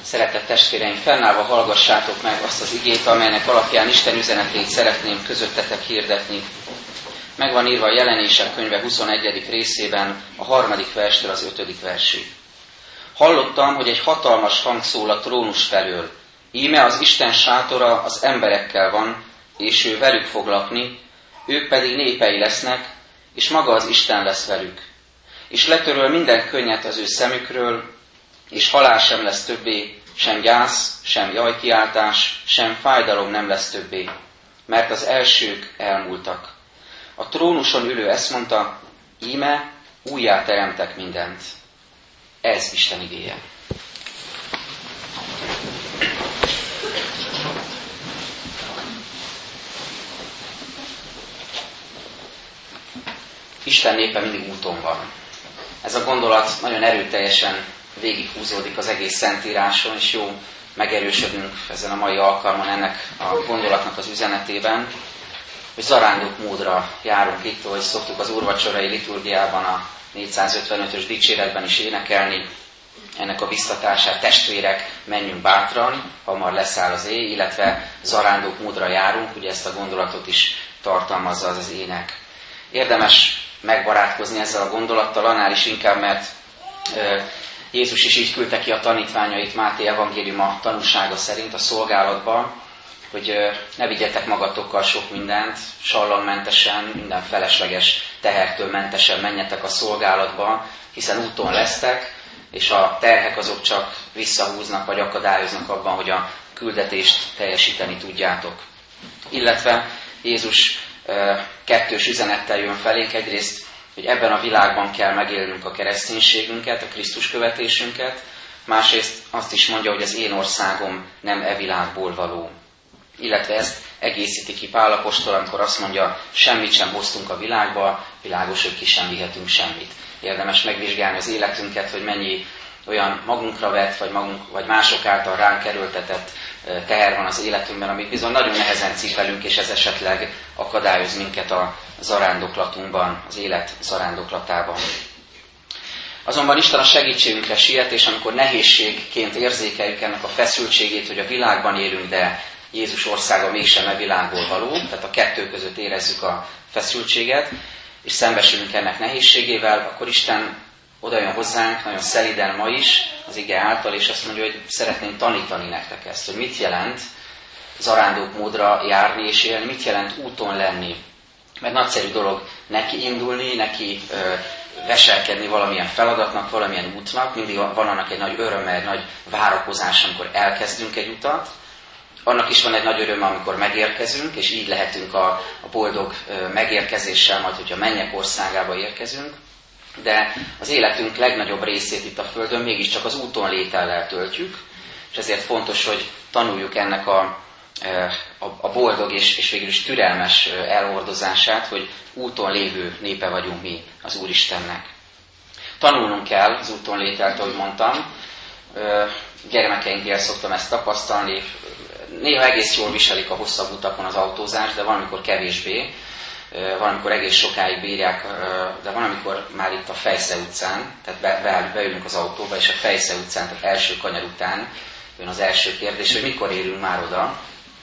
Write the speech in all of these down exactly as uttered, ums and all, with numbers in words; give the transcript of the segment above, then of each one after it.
Szeretett testvéreim, fennállva hallgassátok meg azt az igét, amelynek alapján Isten üzenetét szeretném közöttetek hirdetni. Meg van írva a Jelenések könyve huszonegyedik részében, a harmadik verstől az ötödik versig. Hallottam, hogy egy hatalmas hang szól a trónus felől. Íme az Isten sátora az emberekkel van, és ő velük fog lakni, ők pedig népei lesznek, és maga az Isten lesz velük. És letöröl minden könnyet az ő szemükről, és halál sem lesz többé, sem gyász, sem jajkiáltás, sem fájdalom nem lesz többé, mert az elsők elmúltak. A trónuson ülő ezt mondta, íme újjá teremtek mindent. Ez Isten igéje. Isten népe mindig úton van. Ez a gondolat nagyon erőteljesen végighúzódik az egész Szentíráson, és jó megerősödünk ezen a mai alkalmon ennek a gondolatnak az üzenetében, hogy zarándok módra járunk itt, ahogy szoktuk az úrvacsorai liturgiában a négyszázötvenötös dicséretben is énekelni, ennek a biztatását, testvérek, menjünk bátran, hamar leszáll az éj, illetve zarándok módra járunk, ugye ezt a gondolatot is tartalmazza az az ének. Érdemes megbarátkozni ezzel a gondolattal, annál is inkább, mert Jézus is így küldte ki a tanítványait Máté evangéliuma tanúsága szerint a szolgálatban, hogy ne vigyetek magatokkal sok mindent, sallangmentesen, minden felesleges tehertől mentesen menjetek a szolgálatba, hiszen úton lesztek, és a terhek azok csak visszahúznak, vagy akadályoznak abban, hogy a küldetést teljesíteni tudjátok. Illetve Jézus kettős üzenettel jön felénk, egyrészt, hogy ebben a világban kell megélnünk a kereszténységünket, a Krisztus követésünket, másrészt azt is mondja, hogy az én országom nem e világból való. Illetve ezt egészíti ki Pál apostol, amikor azt mondja, semmit sem hoztunk a világba, világos, hogy ki sem vihetünk semmit. Érdemes megvizsgálni az életünket, hogy mennyi olyan magunkra vett, vagy, magunk, vagy mások által ránk erőltetett teher van az életünkben, amit bizony nagyon nehezen cipelünk, és ez esetleg akadályoz minket a zarándoklatunkban, az élet zarándoklatában. Azonban Isten a segítségünkre siet, és amikor nehézségként érzékeljük ennek a feszültségét, hogy a világban élünk, de Jézus országa mégsem e világból való, tehát a kettő között érezzük a feszültséget, és szembesülünk ennek nehézségével, akkor Isten oda jön hozzánk, nagyon szeliden ma is, az ige által, és azt mondja, hogy szeretném tanítani nektek ezt, hogy mit jelent zarándok módra járni és élni, mit jelent úton lenni. Mert nagyszerű dolog neki indulni, neki ö, veselkedni valamilyen feladatnak, valamilyen útnak, mindig van annak egy nagy öröme, egy nagy várakozás, amikor elkezdünk egy utat. Annak is van egy nagy öröme, amikor megérkezünk, és így lehetünk a, a boldog ö, megérkezéssel, majd hogyha mennyek országába érkezünk. De az életünk legnagyobb részét itt a Földön mégiscsak az úton létellel töltjük, és ezért fontos, hogy tanuljuk ennek a, a, a boldog és, és végül is türelmes elhordozását, hogy úton lévő népe vagyunk mi az Úristennek. Tanulnunk kell az úton lételt, ahogy mondtam. Gyermekeinknél szoktam ezt tapasztalni. Néha egész jól viselik a hosszabb utakon az autózást, de valamikor kevésbé. Valamikor egész sokáig bírják, de van, amikor már itt a Fejsze utcán, tehát be, be, beülünk az autóba, és a Fejsze utcán, tehát első kanyar után jön az első kérdés, hogy mikor érünk már oda.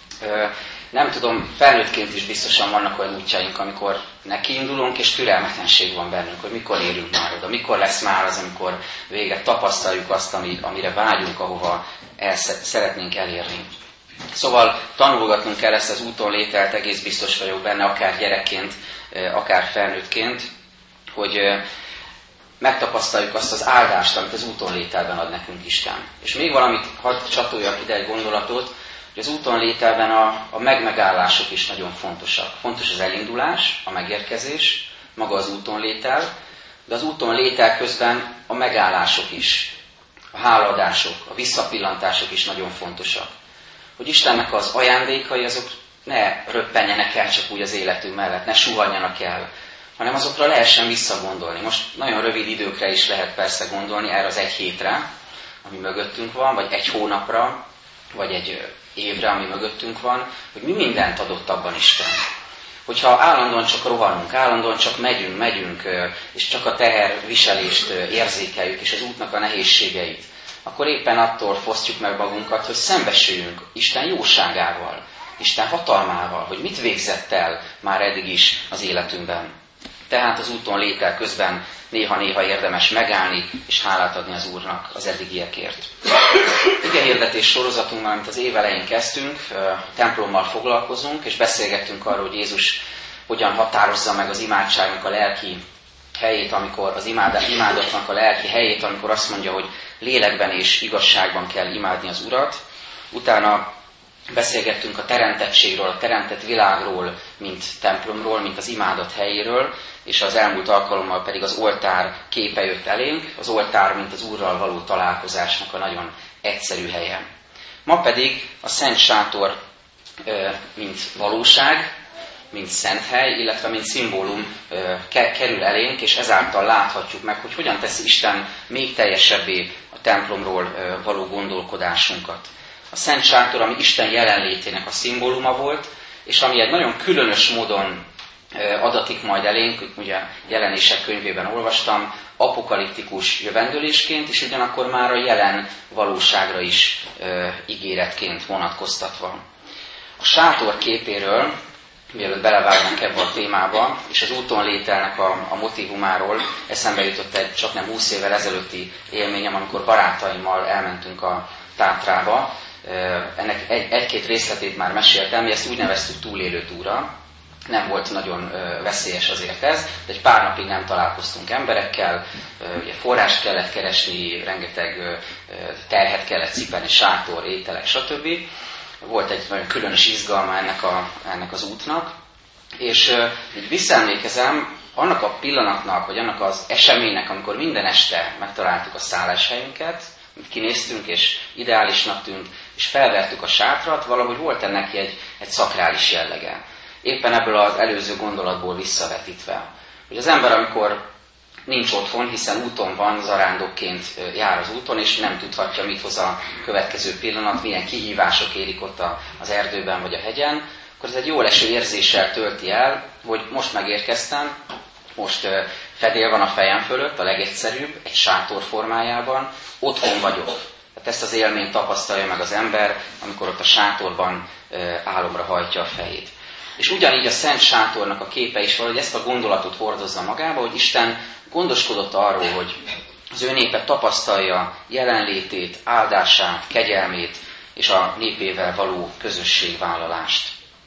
Nem tudom, felnőttként is biztosan vannak olyan útjaink, amikor nekiindulunk, és türelmetlenség van bennünk, hogy mikor érünk már oda, mikor lesz már az, amikor végre tapasztaljuk azt, amire vágyunk, ahova el szeretnénk elérni. Szóval tanulgatnunk kell ezt az úton lételt, egész biztos vagyok benne, akár gyerekként, akár felnőttként, hogy megtapasztaljuk azt az áldást, amit az úton lételben ad nekünk Isten. És még valamit hadd csatoljak ide egy gondolatot, hogy az úton lételben a, a megmegállások is nagyon fontosak. Fontos az elindulás, a megérkezés, maga az úton létel, de az úton létel közben a megállások is, a hálaadások, a visszapillantások is nagyon fontosak. Hogy Istennek az ajándékai azok ne röppenjenek el csak úgy az életünk mellett, ne suhanjanak el, hanem azokra lehessen visszagondolni. Most nagyon rövid időkre is lehet persze gondolni, erre az egy hétre, ami mögöttünk van, vagy egy hónapra, vagy egy évre, ami mögöttünk van, hogy mi mindent adott abban Isten. Hogyha állandóan csak rohanunk, állandóan csak megyünk, megyünk, és csak a teherviselést érzékeljük, és az útnak a nehézségeit, akkor éppen attól fosztjuk meg magunkat, hogy szembesüljünk Isten jóságával, Isten hatalmával, hogy mit végzett el már eddig is az életünkben. Tehát az úton létel közben néha-néha érdemes megállni és hálát adni az Úrnak az eddigiekért. Igehirdetés sorozatunkban, amit az év elején kezdtünk, templommal foglalkozunk, és beszélgettünk arról, hogy Jézus hogyan határozza meg az imádságnak a lelki helyét, amikor az imádatnak a lelki helyét, amikor azt mondja, hogy lélekben és igazságban kell imádni az Urat. Utána beszélgettünk a teremtettségről, a teremtett világról, mint templomról, mint az imádat helyéről, és az elmúlt alkalommal pedig az oltár képe jött elénk, az oltár, mint az Úrral való találkozásnak a nagyon egyszerű helye. Ma pedig a Szent Sátor, mint valóság, mint szent hely, illetve mint szimbólum kerül elénk, és ezáltal láthatjuk meg, hogy hogyan teszi Isten még teljesebbé a templomról való gondolkodásunkat. A Szent Sátor, ami Isten jelenlétének a szimbóluma volt, és ami egy nagyon különös módon adatik majd elénk, ugye Jelenések könyvében olvastam, apokaliptikus jövendőlésként, és ugyanakkor már a jelen valóságra is ígéretként vonatkoztatva. A sátor képéről, mielőtt belevágnánk ebbe a témába, és az úton lételnek a, a motivumáról eszembe jutott egy csak nem húsz évvel ezelőtti élményem, amikor barátaimmal elmentünk a Tátrába. Ennek egy, egy-két részletét már meséltem, mi ezt úgy neveztük túlélő túra. Nem volt nagyon veszélyes azért ez, de egy pár napig nem találkoztunk emberekkel, ugye forrást kellett keresni, rengeteg terhet kellett cipelni, sátor, ételek, stb. Volt egy nagyon különös izgalma ennek, a, ennek az útnak, és így visszaemlékezem, annak a pillanatnak, vagy annak az eseménynek, amikor minden este megtaláltuk a szálláshelyünket, kinéztünk, és ideálisnak tűnt, és felvertük a sátrat, valahogy volt ennek egy, egy szakrális jellege. Éppen ebből az előző gondolatból visszavetítve. Hogy az ember, amikor nincs otthon, hiszen úton van, zarándokként jár az úton, és nem tudhatja, mit hoz a következő pillanat, milyen kihívások érik ott az erdőben vagy a hegyen, akkor ez egy jó leső érzéssel tölti el, hogy most megérkeztem, most fedél van a fejem fölött, a legegyszerűbb, egy sátor formájában, otthon vagyok. Tehát ezt az élményt tapasztalja meg az ember, amikor ott a sátorban álomra hajtja a fejét. És ugyanígy a Szent Sátornak a képe is valahogy ezt a gondolatot hordozza magába, hogy Isten gondoskodott arról, hogy az ő népe tapasztalja jelenlétét, áldását, kegyelmét és a népével való közösségvállalást.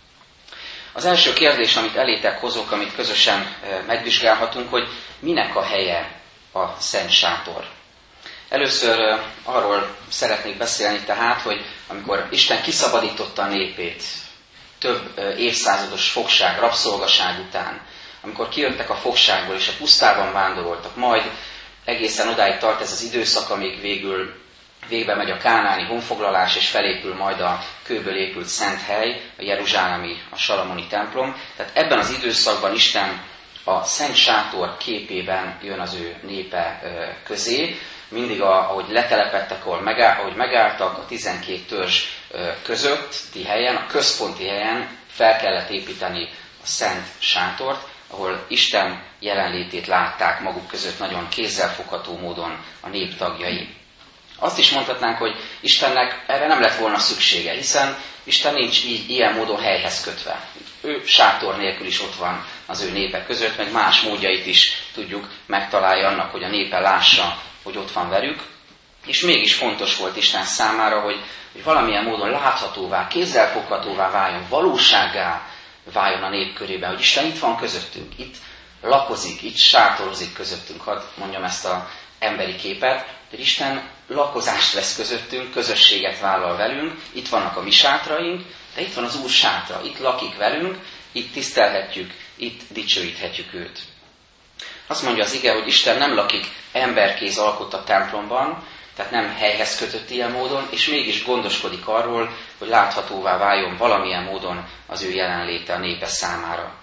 Az első kérdés, amit elétek hozok, amit közösen megvizsgálhatunk, hogy minek a helye a Szent Sátor. Először arról szeretnék beszélni tehát, hogy amikor Isten kiszabadította a népét, több évszázados fogság, rabszolgaság után, amikor kijöttek a fogságból és a pusztában vándoroltak, majd egészen odáig tart ez az időszak, amíg végül végbe megy a kánáni honfoglalás, és felépül majd a kőből épült szent hely, a jeruzsálemi, a salamoni templom. Tehát ebben az időszakban Isten a Szent Sátor képében jön az ő népe közé, mindig ahogy letelepedtek, ahol megáll, ahogy megálltak a tizenkét törzs közötti helyen, a központi helyen fel kellett építeni a Szent Sátort, ahol Isten jelenlétét látták maguk között nagyon kézzelfogható módon a nép tagjai. Azt is mondhatnánk, hogy Istennek erre nem lett volna szüksége, hiszen Isten nincs így ilyen módon helyhez kötve. Ő sátor nélkül is ott van az ő népe között, meg más módjait is tudjuk megtalálni annak, hogy a népe lássa, hogy ott van velük. És mégis fontos volt Isten számára, hogy, hogy valamilyen módon láthatóvá, kézzelfoghatóvá váljon, valósággá váljon a nép körében, hogy Isten itt van közöttünk, itt lakozik, itt sátorozik közöttünk, hadd mondjam ezt az emberi képet, hogy Isten lakozást vesz közöttünk, közösséget vállal velünk, itt vannak a mi sátraink, de itt van az Úr sátra, itt lakik velünk, itt tisztelhetjük, itt dicsőíthetjük őt. Azt mondja az ige, hogy Isten nem lakik emberkéz alkotta templomban, tehát nem helyhez kötött ilyen módon, és mégis gondoskodik arról, hogy láthatóvá váljon valamilyen módon az ő jelenléte a népe számára.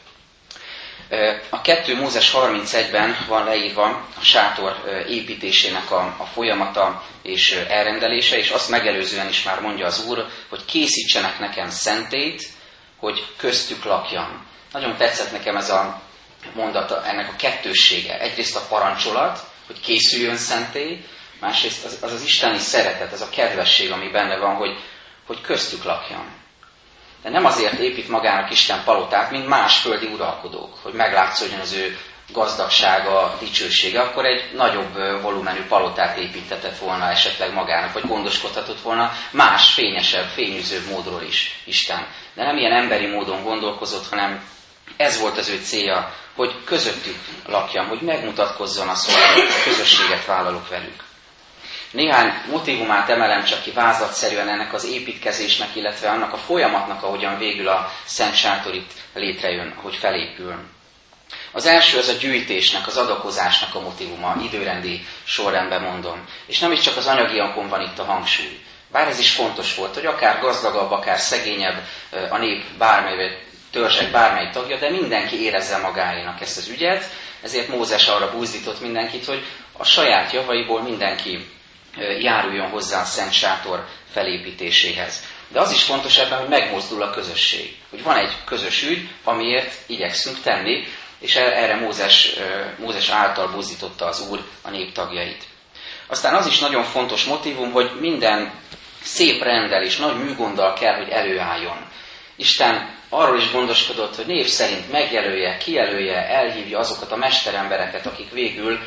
A kettő Mózes harmincegyben van leírva a sátor építésének a, a folyamata és elrendelése, és azt megelőzően is már mondja az Úr, hogy készítsenek nekem szentét, hogy köztük lakjam. Nagyon tetszett nekem ez a mondata, ennek a kettőssége. Egyrészt a parancsolat, hogy készüljön szentély, Másrészt az az, az isteni szeretet, az a kedvesség, ami benne van, hogy, hogy köztük lakjon. De nem azért épít magának Isten palotát, mint más földi uralkodók, hogy meglátszódjon az ő gazdagsága, dicsősége, akkor egy nagyobb volumenű palotát építetett volna esetleg magának, vagy gondoskodhatott volna más, fényesebb, fényűzőbb módról is Isten. De nem ilyen emberi módon gondolkozott, hanem ez volt az ő célja, hogy közöttük lakjam, hogy megmutatkozzon az, hogy közösséget vállalok velük. Néhány motívumát emelem csak ki vázlatszerűen ennek az építkezésnek, illetve annak a folyamatnak, ahogyan végül a Szent Sátor itt létrejön, ahogy felépül. Az első az a gyűjtésnek, az adakozásnak a motívuma, időrendi sorrendben mondom. És nem is csak az anyagiakon van itt a hangsúly. Bár ez is fontos volt, hogy akár gazdagabb, akár szegényebb a nép bármely, törzsek bármely tagja, de mindenki érezze magáénak ezt az ügyet, ezért Mózes arra buzdított mindenkit, hogy a saját javaiból mindenki járuljon hozzá a Szent Sátor felépítéséhez. De az is fontos ebben, hogy megmozdul a közösség. Hogy van egy közös ügy, amiért igyekszünk tenni, és erre Mózes, Mózes által buzdította az Úr a nép tagjait. Aztán az is nagyon fontos motívum, hogy minden szép renddel és nagy műgonddal kell, hogy előálljon. Isten arról is gondoskodott, hogy név szerint megjelölje, kijelölje, elhívja azokat a mesterembereket, akik végül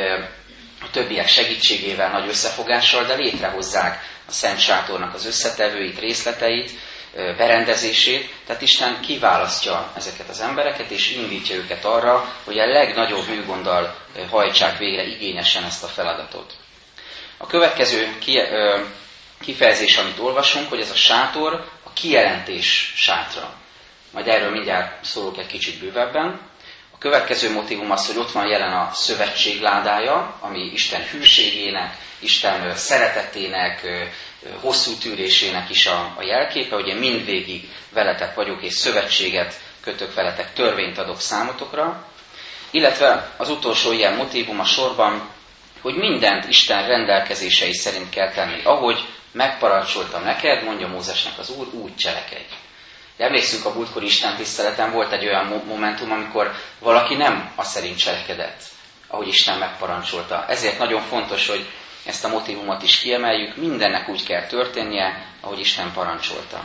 a többiek segítségével, nagy összefogással, de létrehozzák a Szent Sátornak az összetevőit, részleteit, berendezését. Tehát Isten kiválasztja ezeket az embereket, és indítja őket arra, hogy a legnagyobb műgonddal hajtsák végre igényesen ezt a feladatot. A következő kifejezés, amit olvasunk, hogy ez a sátor a kijelentés sátra. Majd erről mindjárt szólok egy kicsit bővebben. A következő motívum az, hogy ott van jelen a szövetség ládája, ami Isten hűségének, Isten szeretetének, hosszú tűrésének is a, a jelképe, hogy én mindvégig veletek vagyok, és szövetséget kötök veletek, törvényt adok számotokra. Illetve az utolsó ilyen motívum a sorban, hogy mindent Isten rendelkezései szerint kell tenni. Ahogy megparancsoltam neked, mondja Mózesnek az Úr, úgy cselekedj. De emlékszünk, a múltkori Isten tiszteleten volt egy olyan momentum, amikor valaki nem azt szerint cselekedett, ahogy Isten megparancsolta. Ezért nagyon fontos, hogy ezt a motívumot is kiemeljük, mindennek úgy kell történnie, ahogy Isten parancsolta.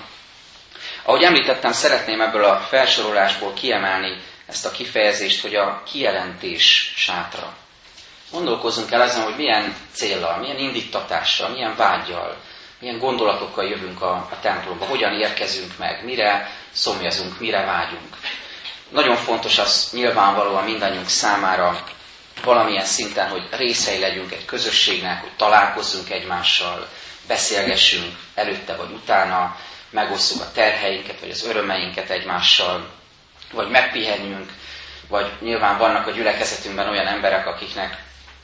Ahogy említettem, szeretném ebből a felsorolásból kiemelni ezt a kifejezést, hogy a kijelentés sátra. Gondolkozzunk el azon, hogy milyen céllal, milyen indítatással, milyen vággyal, milyen gondolatokkal jövünk a, a templomba, hogyan érkezünk meg, mire szomjazunk, mire vágyunk. Nagyon fontos az nyilvánvalóan mindannyiunk számára valamilyen szinten, hogy részei legyünk egy közösségnek, hogy találkozzunk egymással, beszélgessünk előtte vagy utána, megosszuk a terheinket, vagy az örömeinket egymással, vagy megpihenjünk, vagy nyilván vannak a gyülekezetünkben olyan emberek, akiknek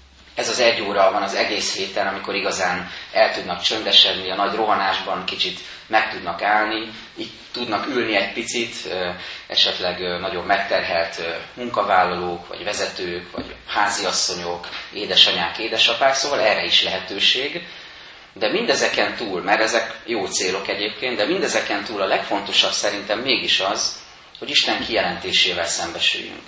ez az egy óra van az egész héten, amikor igazán el tudnak csöndesedni, a nagy rohanásban kicsit meg tudnak állni, így tudnak ülni egy picit, esetleg nagyon megterhelt munkavállalók, vagy vezetők, vagy háziasszonyok, édesanyák, édesapák, szóval erre is lehetőség. De mindezeken túl, mert ezek jó célok egyébként, de mindezeken túl a legfontosabb szerintem mégis az, hogy Isten kijelentésével szembesüljünk.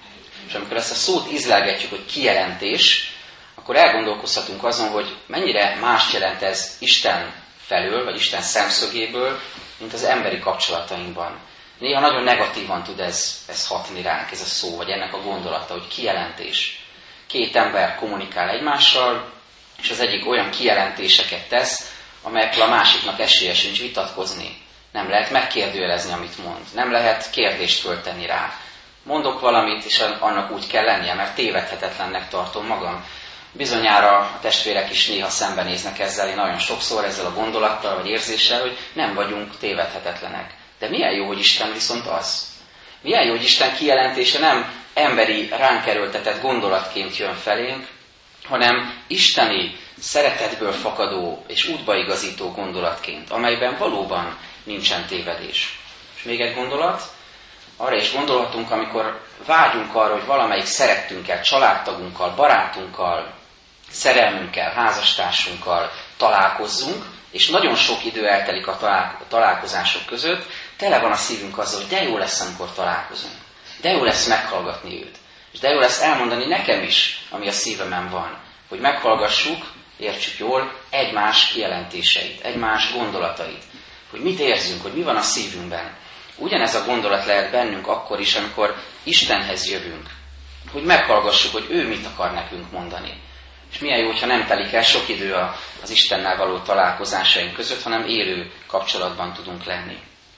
És amikor ezt a szót ízlelgetjük, hogy kijelentés, akkor elgondolkozhatunk azon, hogy mennyire más jelent ez Isten felől, vagy Isten szemszögéből, mint az emberi kapcsolatainkban. Néha nagyon negatívan tud ez, ez hatni ránk, ez a szó, vagy ennek a gondolata, hogy kijelentés. Két ember kommunikál egymással, és az egyik olyan kijelentéseket tesz, amelyekkel a másiknak esélye sincs vitatkozni. Nem lehet megkérdőjelezni, amit mond. Nem lehet kérdést föltenni rá. Mondok valamit, és annak úgy kell lennie, mert tévedhetetlennek tartom magam. Bizonyára a testvérek is néha szembenéznek ezzel, én nagyon sokszor ezzel a gondolattal vagy érzéssel, hogy nem vagyunk tévedhetetlenek. De milyen jó, hogy Isten viszont az. Milyen jó, hogy Isten kijelentése nem emberi ránk erőltetett gondolatként jön felénk, hanem isteni szeretetből fakadó és útbaigazító gondolatként, amelyben valóban nincsen tévedés. És még egy gondolat, arra is gondolhatunk, amikor vágyunk arra, hogy valamelyik szerettünkkel, családtagunkkal, barátunkkal, szerelmünkkel, házastársunkkal találkozzunk, és nagyon sok idő eltelik a találkozások között, tele van a szívünk azzal, hogy de jó lesz, amikor találkozunk. De jó lesz meghallgatni őt. És de jó lesz elmondani nekem is, ami a szívemen van. Hogy meghallgassuk, értsük jól, egymás kijelentéseit, egymás gondolatait. Hogy mit érzünk, hogy mi van a szívünkben. Ugyanez a gondolat lehet bennünk akkor is, amikor Istenhez jövünk. Hogy meghallgassuk, hogy ő mit akar nekünk mondani. És milyen jó, hogyha nem telik el sok idő az Istennel való találkozásaink között, hanem élő kapcsolatban tudunk lenni.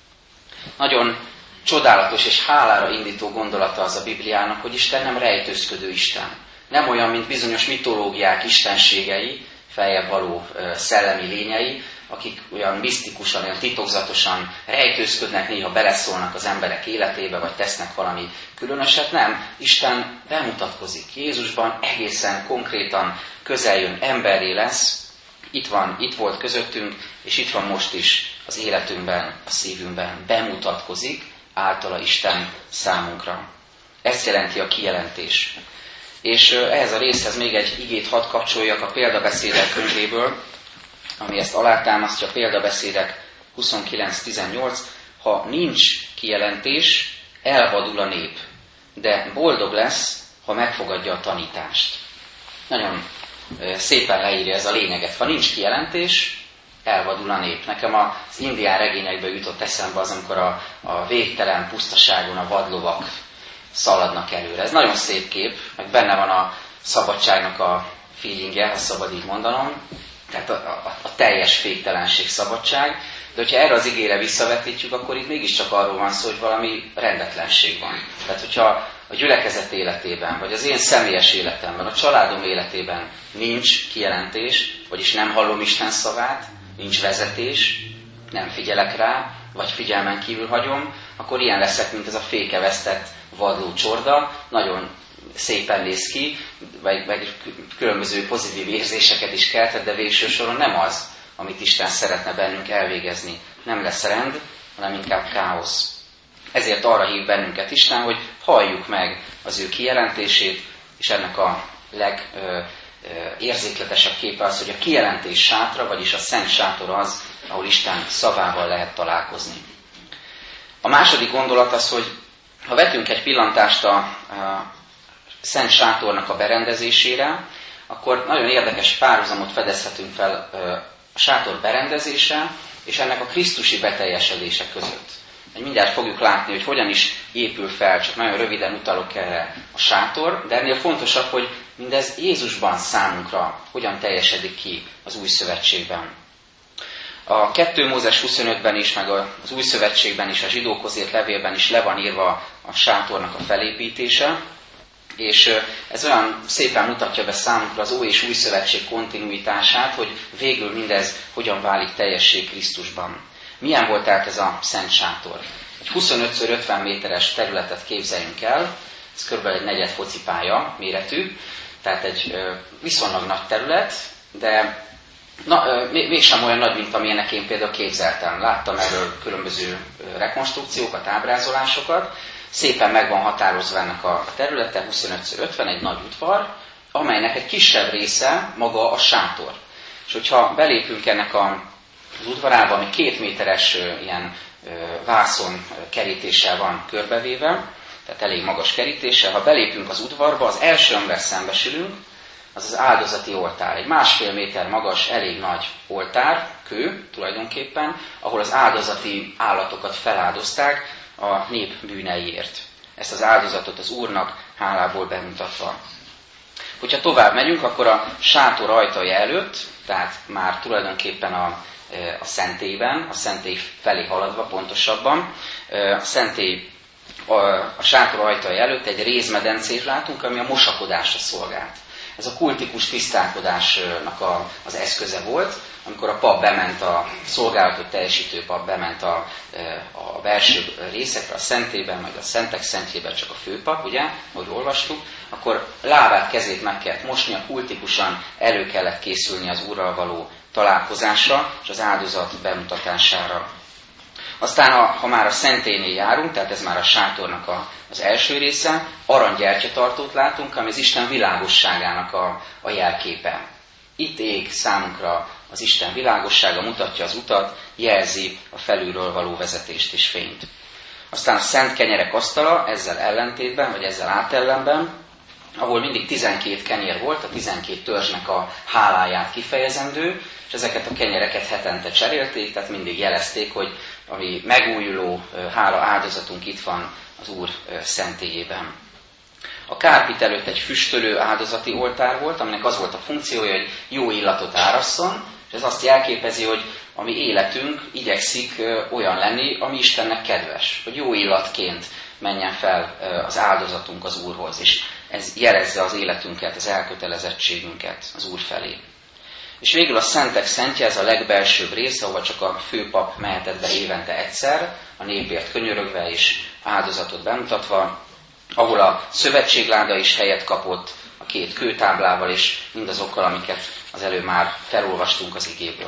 Nagyon csodálatos és hálára indító gondolata az a Bibliának, hogy Isten nem rejtőzködő Isten. Nem olyan, mint bizonyos mitológiák istenségei, feljebb való szellemi lényei, akik olyan misztikusan, olyan titokzatosan rejtőzködnek, néha beleszólnak az emberek életébe, vagy tesznek valami különöset. Nem, Isten bemutatkozik Jézusban, egészen konkrétan közel jön, emberré lesz, itt van, itt volt közöttünk, és itt van most is az életünkben, a szívünkben, bemutatkozik általa Isten számunkra. Ezt jelenti a kijelentés. És ehhez a részhez még egy igét hadd kapcsoljak a példabeszédek könyvéből, ami ezt alátámasztja, a példabeszédek huszonkilenc tizennyolc. Ha nincs kijelentés, elvadul a nép, de boldog lesz, ha megfogadja a tanítást. Nagyon szépen leírja ez a lényeget. Ha nincs kijelentés, elvadul a nép. Nekem az indián regényekből jutott eszembe az, amikor a, a végtelen pusztaságon a vadlovak szaladnak előre. Ez nagyon szép kép, meg benne van a szabadságnak a feelingje, ha szabad így mondanom, tehát a, a, a teljes féktelenség, szabadság, de hogyha erre az igére visszavetítjük, akkor itt mégiscsak arról van szó, hogy valami rendetlenség van. Tehát hogyha a gyülekezet életében, vagy az én személyes életemben, a családom életében nincs kijelentés, vagyis nem hallom Isten szavát, nincs vezetés, nem figyelek rá, vagy figyelmen kívül hagyom, akkor ilyen leszek, mint ez a fékevesztett vadló csorda, nagyon szépen néz ki, vagy, vagy különböző pozitív érzéseket is keltett, de végső soron nem az, amit Isten szeretne bennünk elvégezni. Nem lesz rend, hanem inkább káosz. Ezért arra hív bennünket Isten, hogy halljuk meg az ő kijelentését, és ennek a legérzékletesebb képe az, hogy a kijelentés sátra, vagyis a szent sátor az, ahol Isten szavával lehet találkozni. A második gondolat az, hogy ha vetünk egy pillantást a, a szent sátornak a berendezésére, akkor nagyon érdekes párhuzamot fedezhetünk fel a sátor berendezése és ennek a krisztusi beteljesedése között. Mindjárt fogjuk látni, hogy hogyan is épül fel, csak nagyon röviden utalok erre a sátor, de ennél fontosabb, hogy mindez Jézusban számunkra hogyan teljesedik ki az új szövetségben. A kettő Mózes huszonötben is, meg az új szövetségben is, a zsidókhoz írt levélben is le van írva a sátornak a felépítése, és ez olyan szépen mutatja be számunkra az új és új szövetség kontinuitását, hogy végül mindez hogyan válik teljessé Krisztusban. Milyen volt tehát ez a szent sátor? Egy huszonöt szor ötven méteres területet képzeljünk el, ez kb. Egy negyed focipálya méretű, tehát egy viszonylag nagy terület, de na, mégsem olyan nagy, mint amilyenek én például képzeltem. Láttam erről különböző rekonstrukciókat, ábrázolásokat. Szépen meg van határozva ennek a területe, huszonöt szor ötven, egy nagy udvar, amelynek egy kisebb része maga a sátor. És hogyha belépünk ennek a, az udvarába, ami két méteres ilyen vászon kerítéssel van körbevéve, tehát elég magas kerítéssel, ha belépünk az udvarba, az első, amivel szembesülünk, az az áldozati oltár. Egy másfél méter magas, elég nagy oltár, kő tulajdonképpen, ahol az áldozati állatokat feláldozták a nép bűneiért. Ezt az áldozatot az Úrnak hálából bemutatva. Hogyha tovább megyünk, akkor a sátor ajtaja előtt, tehát már tulajdonképpen a, a szentélyben, a szentély felé haladva pontosabban, a szentély a, a sátor ajtaja előtt egy rézmedencét látunk, ami a mosakodásra szolgált. Ez a kultikus tisztálkodásnak a, az eszköze volt, amikor a pap bement, a szolgálatot teljesítő pap bement a, a belső részekre, a szentélyben, majd a szentek szentjében csak a főpap, ugye, ahogy olvastuk, akkor lábát, kezét meg kellett mosni, a kultikusan elő kellett készülni az Úrral való találkozásra és az áldozat bemutatására. Aztán, ha, ha már a szentélynél járunk, tehát ez már a sátornak a, az első része, aranygyertyatartót látunk, ami az Isten világosságának a, a jelképe. Itt ég számunkra az Isten világossága, mutatja az utat, jelzi a felülről való vezetést és fényt. Aztán a szent kenyerek asztala, ezzel ellentétben, vagy ezzel átellenben, ahol mindig tizenkét kenyér volt, a tizenkét törzsnek a háláját kifejezendő, és ezeket a kenyereket hetente cserélték, tehát mindig jelezték, hogy ami megújuló hála áldozatunk itt van az Úr szentélyében. A kárpit előtt egy füstölő áldozati oltár volt, aminek az volt a funkciója, hogy jó illatot árasszon, és ez azt jelképezi, hogy a mi életünk igyekszik olyan lenni, ami Istennek kedves, hogy jó illatként menjen fel az áldozatunk az Úrhoz, és ez jelezze az életünket, az elkötelezettségünket az Úr felé. És végül a szentek szentje, ez a legbelsőbb rész, ahol csak a főpap mehetett be évente egyszer, a népért könyörögve és áldozatot bemutatva, ahol a szövetségláda is helyet kapott a két kőtáblával és mindazokkal, amiket az előbb már felolvastunk az igéből.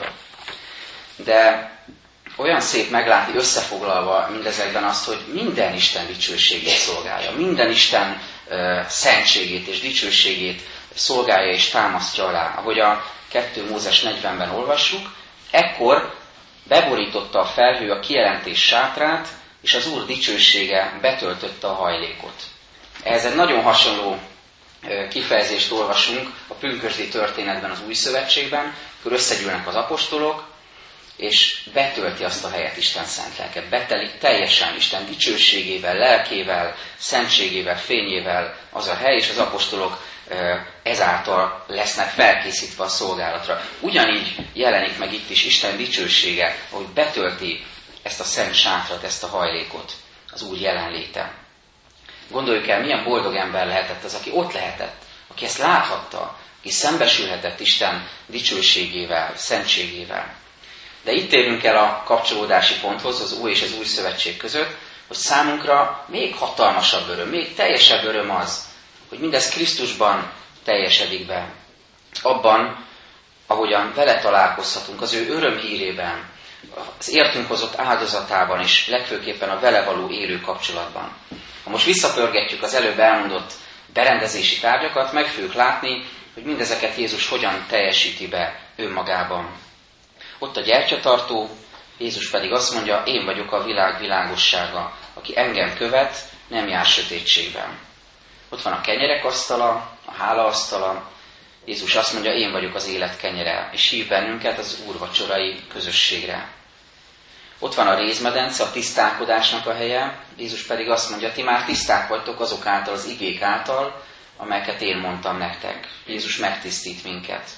De olyan szép meglátni összefoglalva mindezekben azt, hogy minden Isten dicsőségét szolgálja, minden Isten uh, szentségét és dicsőségét szolgálja és támasztja alá. Ahogy a kettő Mózes negyvenben olvassuk, ekkor beborította a felhő a kijelentés sátrát, és az Úr dicsősége betöltötte a hajlékot. Ehhez egy nagyon hasonló kifejezést olvasunk a pünkösdi történetben az Új Szövetségben, akkor összegyűlnek az apostolok, és betölti azt a helyet Isten szent lelke. Betelik teljesen Isten dicsőségével, lelkével, szentségével, fényével az a hely, és az apostolok ezáltal lesznek felkészítve a szolgálatra. Ugyanígy jelenik meg itt is Isten dicsősége, ahogy betölti ezt a szent sátrat, ezt a hajlékot, az Úr jelenléte. Gondoljuk el, milyen boldog ember lehetett az, aki ott lehetett, aki ezt láthatta, aki szembesülhetett Isten dicsőségével, szentségével. De itt érünk el a kapcsolódási ponthoz, az Új és az Új Szövetség között, hogy számunkra még hatalmasabb öröm, még teljesebb öröm az, hogy mindez Krisztusban teljesedik be. Abban, ahogyan vele találkozhatunk, az ő örömhírében, az értünk hozott áldozatában, és legfőképpen a vele való élő kapcsolatban. Ha most visszapörgetjük az előbb elmondott berendezési tárgyakat, meg fogjuk látni, hogy mindezeket Jézus hogyan teljesíti be önmagában. Ott a gyertyatartó, Jézus pedig azt mondja, én vagyok a világ világossága, aki engem követ, nem jár sötétségben. Ott van a kenyerek asztala, a hálaasztala, Jézus azt mondja, én vagyok az élet kenyere, és hív bennünket az úrvacsorai közösségre. Ott van a rézmedence, a tisztálkodásnak a helye, Jézus pedig azt mondja, ti már tiszták vagytok azok által, az igék által, amelyeket én mondtam nektek. Jézus megtisztít minket.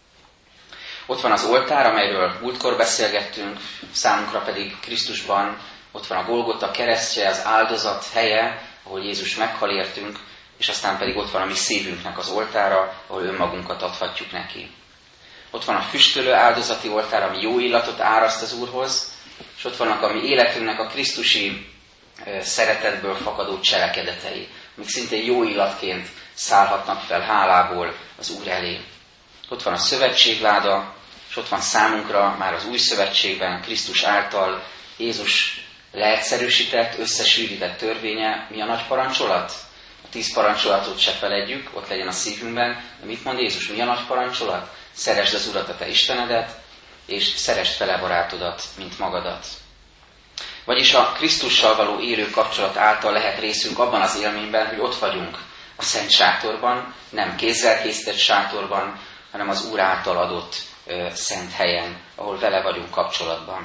Ott van az oltár, amelyről múltkor beszélgettünk, számunkra pedig Krisztusban, ott van a Golgota keresztje, az áldozat helye, ahol Jézus meghal értünk, és aztán pedig ott van a mi szívünknek az oltára, ahol önmagunkat adhatjuk neki. Ott van a füstölő áldozati oltár, ami jó illatot áraszt az Úrhoz, és ott vannak a mi életünknek a krisztusi szeretetből fakadó cselekedetei, amik szintén jó illatként szállhatnak fel hálából az Úr elé. Ott van a szövetségláda, és ott van számunkra már az Új Szövetségben Krisztus által Jézus leegyszerűsített, összesűrített törvénye. Mi a nagy parancsolat? A tíz parancsolatot se feledjük, ott legyen a szívünkben. De mit mond Jézus? Mi a nagy parancsolat? Szeresd az Urat, a te Istenedet, és szeresd fele barátodat, mint magadat. Vagyis a Krisztussal való élő kapcsolat által lehet részünk abban az élményben, hogy ott vagyunk a szent sátorban, nem kézzel készített sátorban, hanem az Úr által adott ö, szent helyen, ahol vele vagyunk kapcsolatban.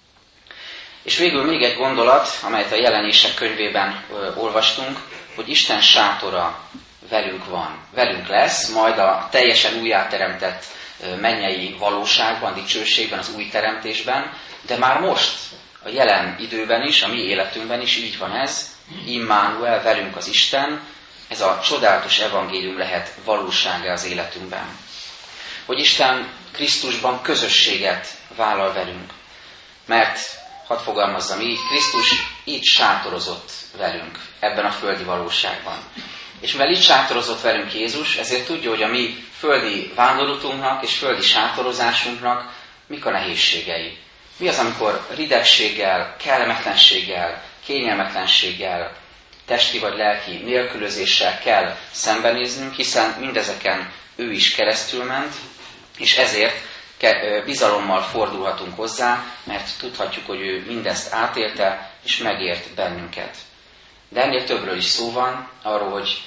És végül még egy gondolat, amelyet a Jelenések könyvében ö, olvastunk, hogy Isten sátora velünk van, velünk lesz, majd a teljesen újjáteremtett ö, mennyei valóságban, dicsőségben, az új teremtésben, de már most, a jelen időben is, a mi életünkben is így van ez, Immanuel, velünk az Isten, ez a csodálatos evangélium lehet valósága az életünkben. Hogy Isten Krisztusban közösséget vállal velünk. Mert, hadd fogalmazzam így, Krisztus így sátorozott velünk ebben a földi valóságban. És mivel így sátorozott velünk Jézus, ezért tudja, hogy a mi földi vándorútunknak és földi sátorozásunknak mik a nehézségei. Mi az, amikor ridegséggel, kellemetlenséggel, kényelmetlenséggel, testi vagy lelki nélkülözéssel kell szembenéznünk, hiszen mindezeken ő is keresztül ment, és ezért bizalommal fordulhatunk hozzá, mert tudhatjuk, hogy ő mindezt átélte, és megért bennünket. De ennél többről is szó van, arról, hogy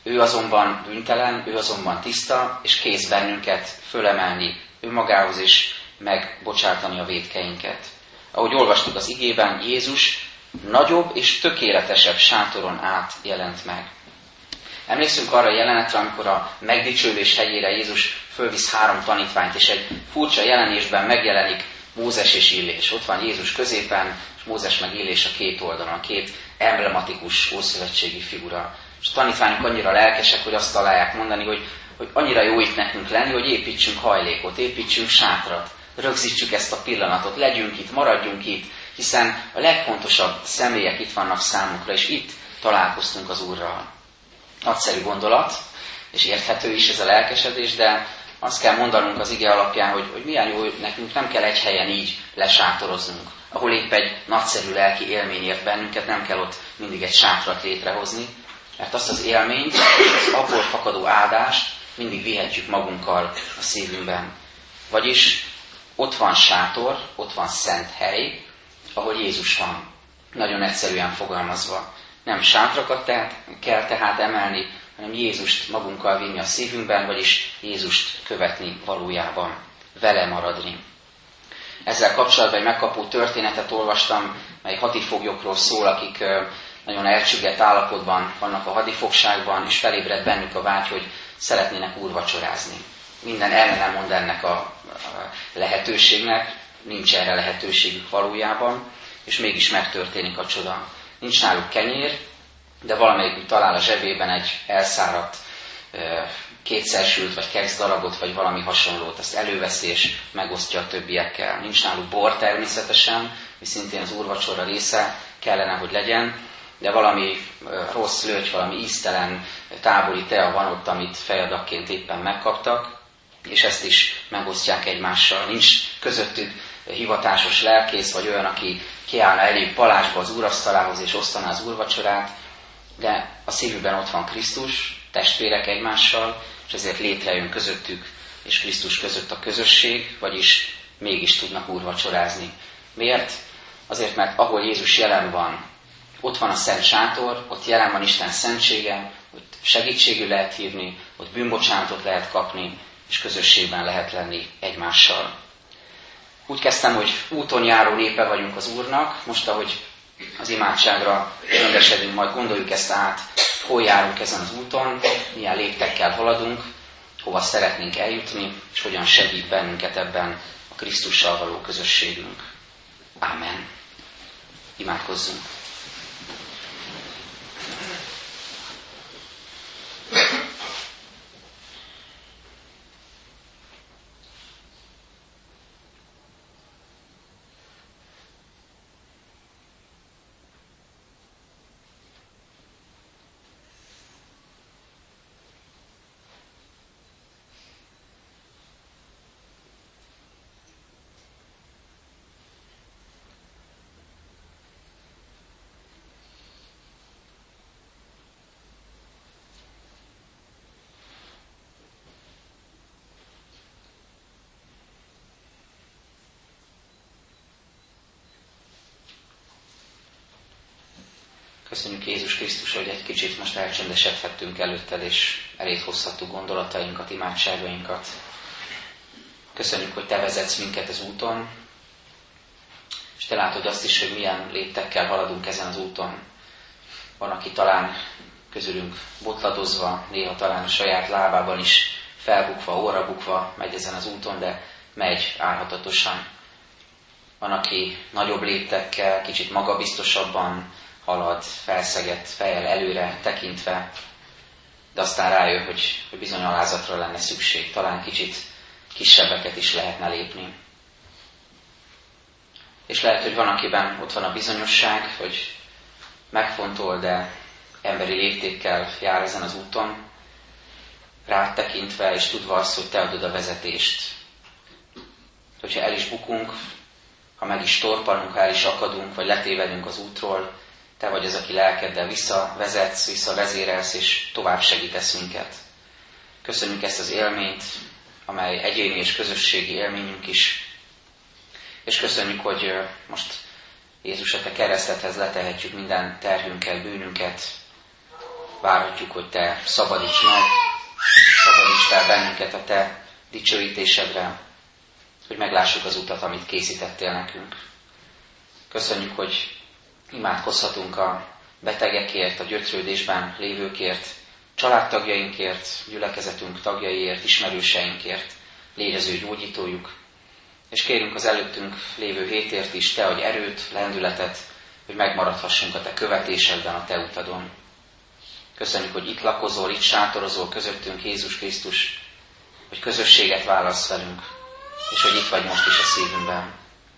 Ő azonban bűntelen, ő azonban tiszta, és kész bennünket fölemelni önmagához és megbocsátani a vétkeinket. Ahogy olvastuk az igében, Jézus nagyobb és tökéletesebb sátoron át jelent meg. Emlékszünk arra a jelenetre, amikor a megdicsőlés hegyére Jézus fölvisz három tanítványt, és egy furcsa jelenésben megjelenik Mózes és Illés. Ott van Jézus középen, és Mózes meg Illés a két oldalon, a két emblematikus ószövetségi figura. És a tanítványok annyira lelkesek, hogy azt találják mondani, hogy, hogy annyira jó itt nekünk lenni, hogy építsünk hajlékot, építsünk sátrat, rögzítsük ezt a pillanatot, legyünk itt, maradjunk itt, hiszen a legfontosabb személyek itt vannak számunkra, és itt találkoztunk az Úrral. Nagyszerű gondolat, és érthető is ez a lelkesedés, de azt kell mondanunk az ige alapján, hogy, hogy milyen jó, hogy nekünk nem kell egy helyen így lesátoroznunk, ahol épp egy nagyszerű lelki élmény ért bennünket, nem kell ott mindig egy sátrat létrehozni, mert azt az élményt, az abból fakadó áldást mindig vihetjük magunkkal a szívünkben. Vagyis ott van sátor, ott van szent hely, ahol Jézus van. Nagyon egyszerűen fogalmazva. Nem sátrakat te, kell tehát emelni, hanem Jézust magunkkal vinni a szívünkben, vagyis Jézust követni valójában, vele maradni. Ezzel kapcsolatban egy megkapó történetet olvastam, mely hadifoglyokról szól, akik nagyon elcsüggett állapotban vannak a hadifogságban, és felébred bennük a vágy, hogy szeretnének úrvacsorázni. Minden ellene mond ennek a lehetőségnek, nincs erre lehetőségük valójában, és mégis megtörténik a csoda. Nincs náluk kenyér, de valamelyikük talál a zsebében egy elszáradt, kétszersült, vagy keksz darabot, vagy valami hasonlót, azt előveszi és megosztja a többiekkel. Nincs náluk bor természetesen, ami szintén az úrvacsora része kellene, hogy legyen, de valami rossz lőgy, valami íztelen tábori tea van ott, amit fejadakként éppen megkaptak, és ezt is megosztják egymással. Nincs közöttük hivatásos lelkész, vagy olyan, aki kiállna elég palásba az úrasztalához, és osztaná az úrvacsorát, de a szívükben ott van Krisztus, testvérek egymással, és ezért létrejön közöttük és Krisztus között a közösség, vagyis mégis tudnak úrvacsorázni. Miért? Azért, mert ahol Jézus jelen van, ott van a szent sátor, ott jelen van Isten szentsége, ott segítségül lehet hívni, ott bűnbocsánatot lehet kapni, és közösségben lehet lenni egymással. Úgy kezdtem, hogy úton járó népe vagyunk az Úrnak, most ahogy az imádságra rendesedünk, majd gondoljuk ezt át, hol járunk ezen az úton, milyen léptekkel haladunk, hova szeretnénk eljutni, és hogyan segít bennünket ebben a Krisztussal való közösségünk. Ámen. Imádkozzunk. Köszönjük Jézus Krisztus, hogy egy kicsit most elcsendesedhettünk előtted, és elét hozhattuk gondolatainkat, imádságainkat. Köszönjük, hogy te vezetsz minket az úton, és te látod azt is, hogy milyen léptekkel haladunk ezen az úton. Van, aki talán közülünk botladozva, néha talán a saját lábában is felbukva, orrabukva megy ezen az úton, de megy álhatatosan. Van, aki nagyobb léptekkel, kicsit magabiztosabban halad, felszegett fejjel előre tekintve, de aztán rájön, hogy, hogy bizony alázatra lenne szükség, talán kicsit kisebbeket is lehetne lépni. És lehet, hogy van, akiben ott van a bizonyosság, hogy megfontol, de emberi léptékkel jár ezen az úton, rád tekintve és tudva azt, hogy te adod a vezetést. Hogyha el is bukunk, ha meg is torpanunk, ha el is akadunk, vagy letévedünk az útról, te vagy az, aki lelkeddel visszavezetsz, visszavezérelsz, és tovább segítesz minket. Köszönjük ezt az élményt, amely egyéni és közösségi élményünk is. És köszönjük, hogy most Jézus, a te keresztedhez letehetjük minden terhünket, bűnünket, várhatjuk, hogy Te szabadíts meg, szabadíts fel bennünket a Te dicsőítésedre, hogy meglássuk az utat, amit készítettél nekünk. Köszönjük, hogy imádkozhatunk a betegekért, a gyötrődésben lévőkért, családtagjainkért, gyülekezetünk tagjaiért, ismerőseinkért, légy az ő gyógyítójuk. És kérünk az előttünk lévő hétért is, Te adj erőt, lendületet, hogy megmaradhassunk a Te követésedben, a Te utadon. Köszönjük, hogy itt lakozol, itt sátorozol közöttünk, Jézus Krisztus, hogy közösséget válasz velünk, és hogy itt vagy most is a szívünkben.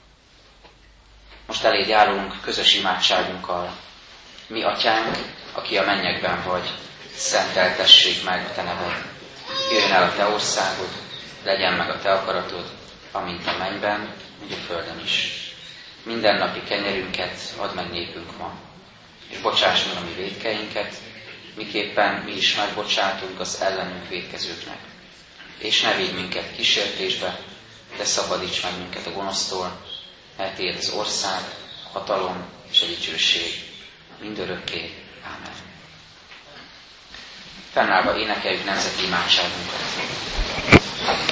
Most eléd járulunk közös imádságunkkal. Mi, Atyánk, aki a mennyekben vagy, szenteltessék meg a Te neved. Jöjjön el a Te országod, legyen meg a Te akaratod, amint a mennyben, úgy a földön is. Mindennapi kenyerünket add meg nékünk ma, és bocsáss meg a mi vétkeinket, miképpen mi is megbocsátunk az ellenünk vétkezőknek. És ne védj minket kísértésbe, de szabadíts meg minket a gonosztól, mert Tiéd az ország, a hatalom és a dicsőség mindörökké. Ámen. Fennállva énekeljük nemzeti imádságunkat.